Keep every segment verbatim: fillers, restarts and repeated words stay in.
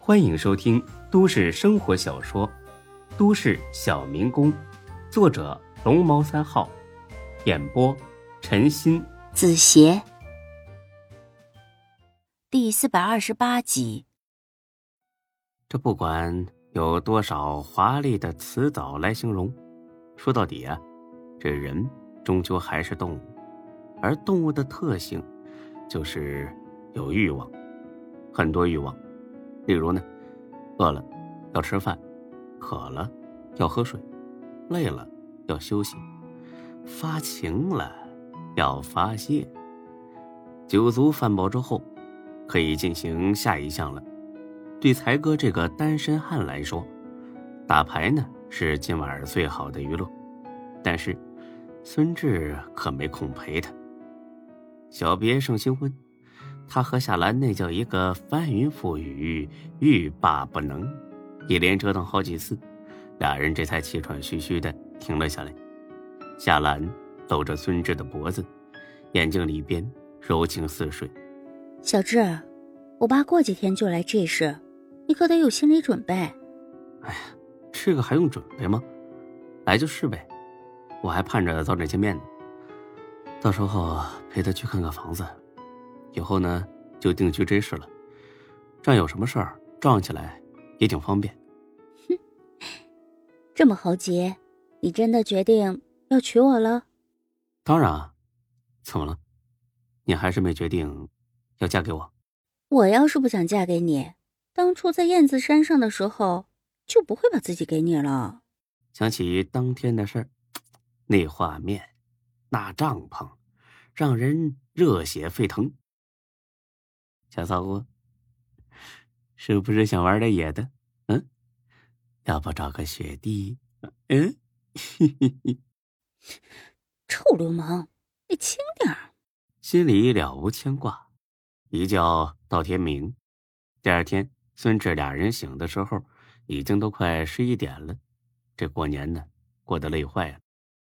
欢迎收听都市生活小说《都市小民工》，作者龙猫三号，演播陈鑫、 子邪，第四百二十八集。 这不管有多少华丽的词藻来形容，说到底啊，这人终究还是动物，而动物的特性就是有欲望，很多欲望。例如呢，饿了要吃饭，渴了要喝水，累了要休息，发情了要发泄。酒足饭饱之后，可以进行下一项了。对才哥这个单身汉来说，打牌呢是今晚最好的娱乐，但是孙志可没空陪他。小别胜新婚，他和夏兰那叫一个翻云覆雨，欲罢不能，一连折腾好几次，俩人这才气喘吁吁地停了下来。夏兰搂着孙志的脖子，眼睛里边柔情似水。 小志，我爸过几天就来这市，你可得有心理准备。 哎呀，这个还用准备吗？来就是呗，我还盼着早点见面呢。到时候陪他去看看房子，以后呢就定居这市了，这样有什么事儿撞起来也挺方便。 哼，这么豪杰，你真的决定要娶我了？ 当然啊，怎么了？你还是没决定要嫁给我？ 我要是不想嫁给你，当初在燕子山上的时候就不会把自己给你了。 想起当天的事儿，那画面，那帐篷，让人热血沸腾。小骚货，是不是想玩点野的？嗯，要不找个雪地？嗯， 臭流氓，你轻点儿。 心里了无牵挂，一觉到天明。第二天，孙志俩人醒的时候，已经都快十一点了。这过年呢，过得累坏了。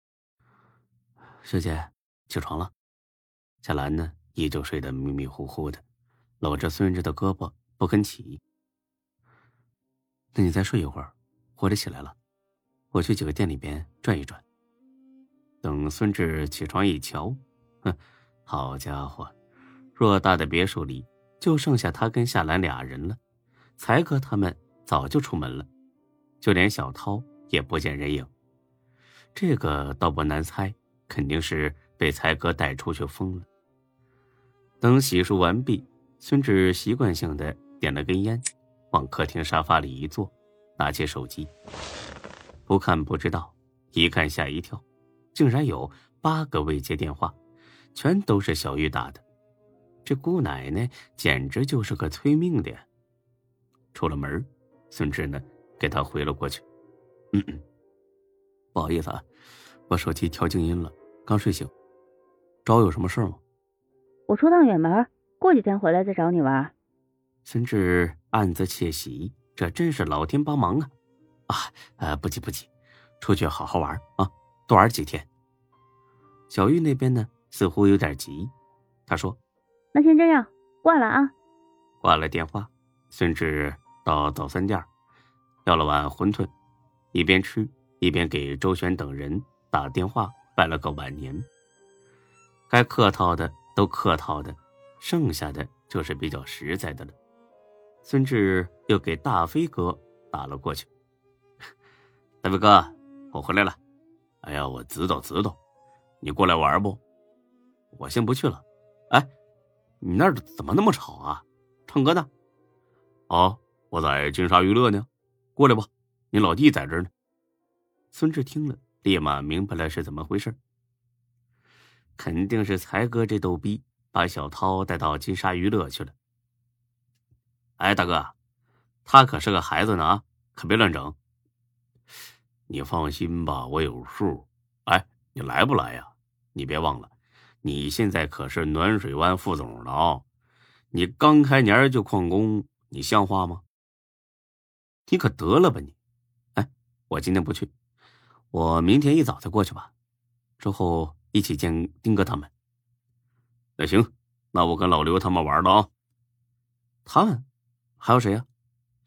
师姐，起床了。夏兰呢，依旧睡得迷迷糊糊的，搂着孙志的胳膊不肯起。那你再睡一会儿，我得起来了，我去几个店里边转一转。等孙志起床一瞧，哼，好家伙，偌大的别墅里就剩下他跟夏兰俩人了，才哥他们早就出门了，就连小涛也不见人影。这个倒不难猜，肯定是被才哥带出去疯了。等洗漱完毕，孙志习惯性的点了根烟，往客厅沙发里一坐，拿起手机，不看不知道，一看吓一跳，竟然有八个未接电话，全都是小玉打的。这姑奶奶简直就是个催命的呀！出了门，孙志呢给他回了过去。嗯嗯，不好意思啊，我手机调静音了，刚睡醒。找我有什么事吗？ 我出趟远门，过几天回来再找你玩。 孙志暗自窃喜，这真是老天帮忙啊！啊，呃，不急不急，出去好好玩啊，多玩几天。小玉那边呢，似乎有点急，她说：“ 那先这样，挂了啊。” 挂了电话，孙志到早餐店要了碗馄饨，一边吃一边给周旋等人打电话拜了个晚年。该客套的都客套的，剩下的就是比较实在的了。孙志又给大飞哥打了过去。大飞哥，我回来了。哎呀，我知道知道，你过来玩不？我先不去了。哎，你那儿怎么那么吵啊？唱歌呢？哦，我在金沙娱乐呢。过来吧，你老弟在这儿呢。孙志听了，立马明白了是怎么回事。肯定是才哥这逗逼把小涛带到金沙娱乐去了。哎，大哥，他可是个孩子呢啊，可别乱整。你放心吧，我有数。哎，你来不来呀？你别忘了，你现在可是暖水湾副总了啊！你刚开年就旷工，你像话吗？你可得了吧你！哎，我今天不去，我明天一早再过去吧。之后一起见丁哥他们。那行，那我跟老刘他们玩了啊。他们还有谁呀？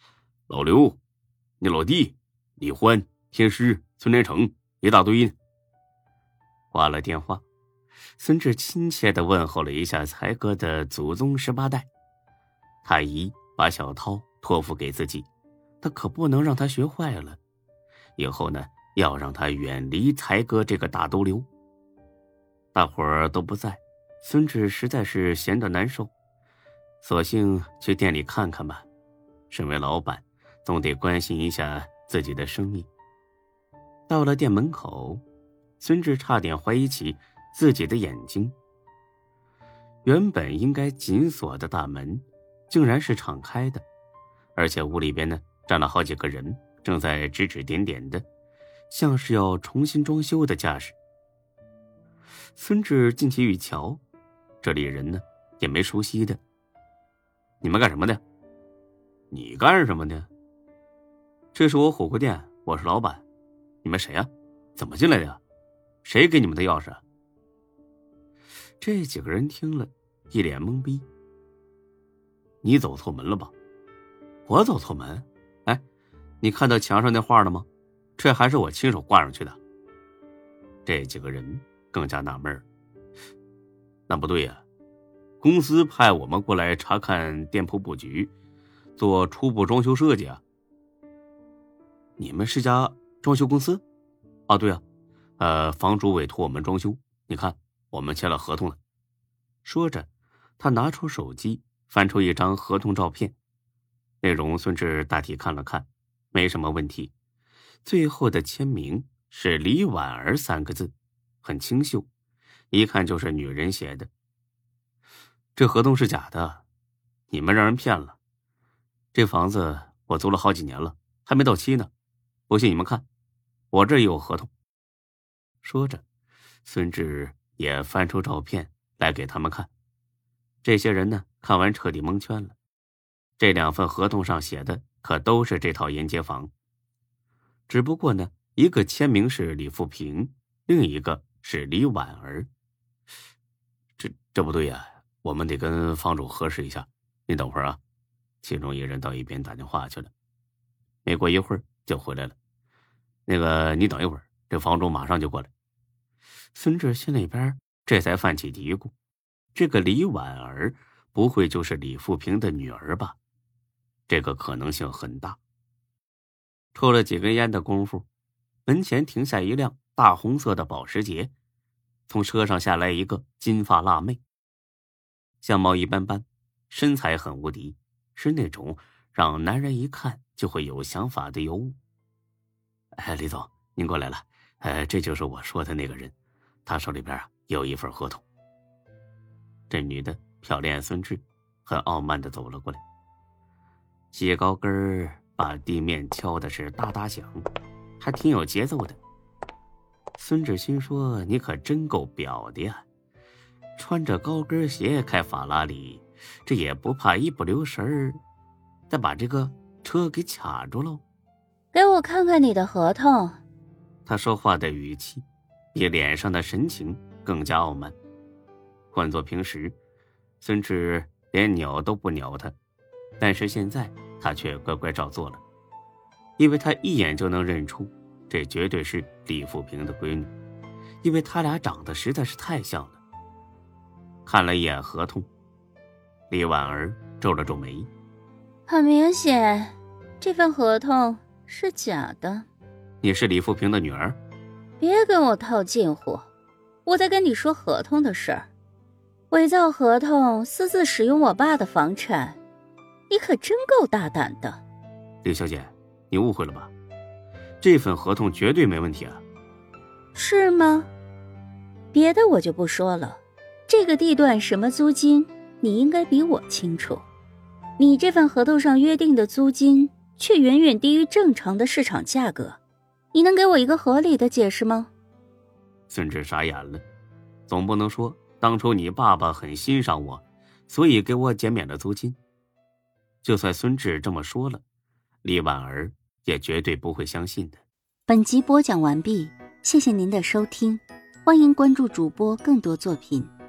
老刘，你老弟，李欢、天师、孙连成，一大堆呢。挂了电话，孙志亲切地问候了一下才哥的祖宗十八代。他姨把小涛托付给自己，他可不能让他学坏了。以后呢，要让他远离才哥这个大毒瘤。大伙儿都不在，孙志实在是闲得难受，索性去店里看看吧。身为老板，总得关心一下自己的生意。到了店门口，孙志差点怀疑起自己的眼睛。原本应该紧锁的大门竟然是敞开的，而且屋里边呢站了好几个人，正在指指点点的，像是要重新装修的架势。孙志进去一瞧，这里人呢也没熟悉的。你们干什么的？你干什么的？这是我火锅店，我是老板。你们谁呀？怎么进来的呀？谁给你们的钥匙？这几个人听了一脸懵逼。你走错门了吧？我走错门？哎，你看到墙上那画了吗？这还是我亲手挂上去的。这几个人更加纳闷。那不对呀，公司派我们过来查看店铺布局，做初步装修设计啊。你们是家装修公司？啊，对啊，呃，房主委托我们装修，你看我们签了合同了。说着，他拿出手机，翻出一张合同照片，内容孙志大体看了看，没什么问题。最后的签名是李婉儿三个字，很清秀，一看就是女人写的。这合同是假的，你们让人骗了。这房子我租了好几年了，还没到期呢。不信你们看，我这也有合同。说着，孙志也翻出照片来给他们看。这些人呢，看完彻底蒙圈了。这两份合同上写的可都是这套沿街房，只不过呢，一个签名是李富平，另一个是李婉儿。这这不对呀，我们得跟房主核实一下。你等会儿啊。其中一人到一边打电话去了，没过一会儿就回来了。那个，你等一会儿，这房主马上就过来。孙志心里边这才泛起嘀咕，这个李婉儿不会就是李富平的女儿吧？这个可能性很大。抽了几根烟的功夫，门前停下一辆大红色的保时捷，从车上下来一个金发辣妹，相貌一般般，身材很无敌，是那种让男人一看就会有想法的尤物。哎，李总，您过来了。呃，这就是我说的那个人，他手里边啊有一份合同。这女的瞟了眼孙志，很傲慢地走了过来，鞋高跟儿把地面敲的是哒哒响，还挺有节奏的。孙志心说，你可真够表的呀，穿着高跟鞋开法拉利，这也不怕一不留神儿再把这个车给卡住喽。 给我看看你的合同。 他说话的语气比脸上的神情更加傲慢。换作平时，孙志连鸟都不鸟他，但是现在他却乖乖照做了，因为他一眼就能认出这绝对是李富平的闺女，因为他俩长得实在是太像了。看了一眼合同，李婉儿皱了皱眉。 很明显，这份合同是假的。 你是李富平的女儿？ 别跟我套近乎，我在跟你说合同的事儿。伪造合同，私自使用我爸的房产，你可真够大胆的。 李小姐，你误会了吧？这份合同绝对没问题啊。 是吗？别的我就不说了，这个地段什么租金，你应该比我清楚。你这份合同上约定的租金却远远低于正常的市场价格，你能给我一个合理的解释吗？ 孙志傻眼了，总不能说当初你爸爸很欣赏我，所以给我减免了租金。就算孙志这么说了，李婉儿也绝对不会相信的。 本集播讲完毕，谢谢您的收听，欢迎关注主播更多作品。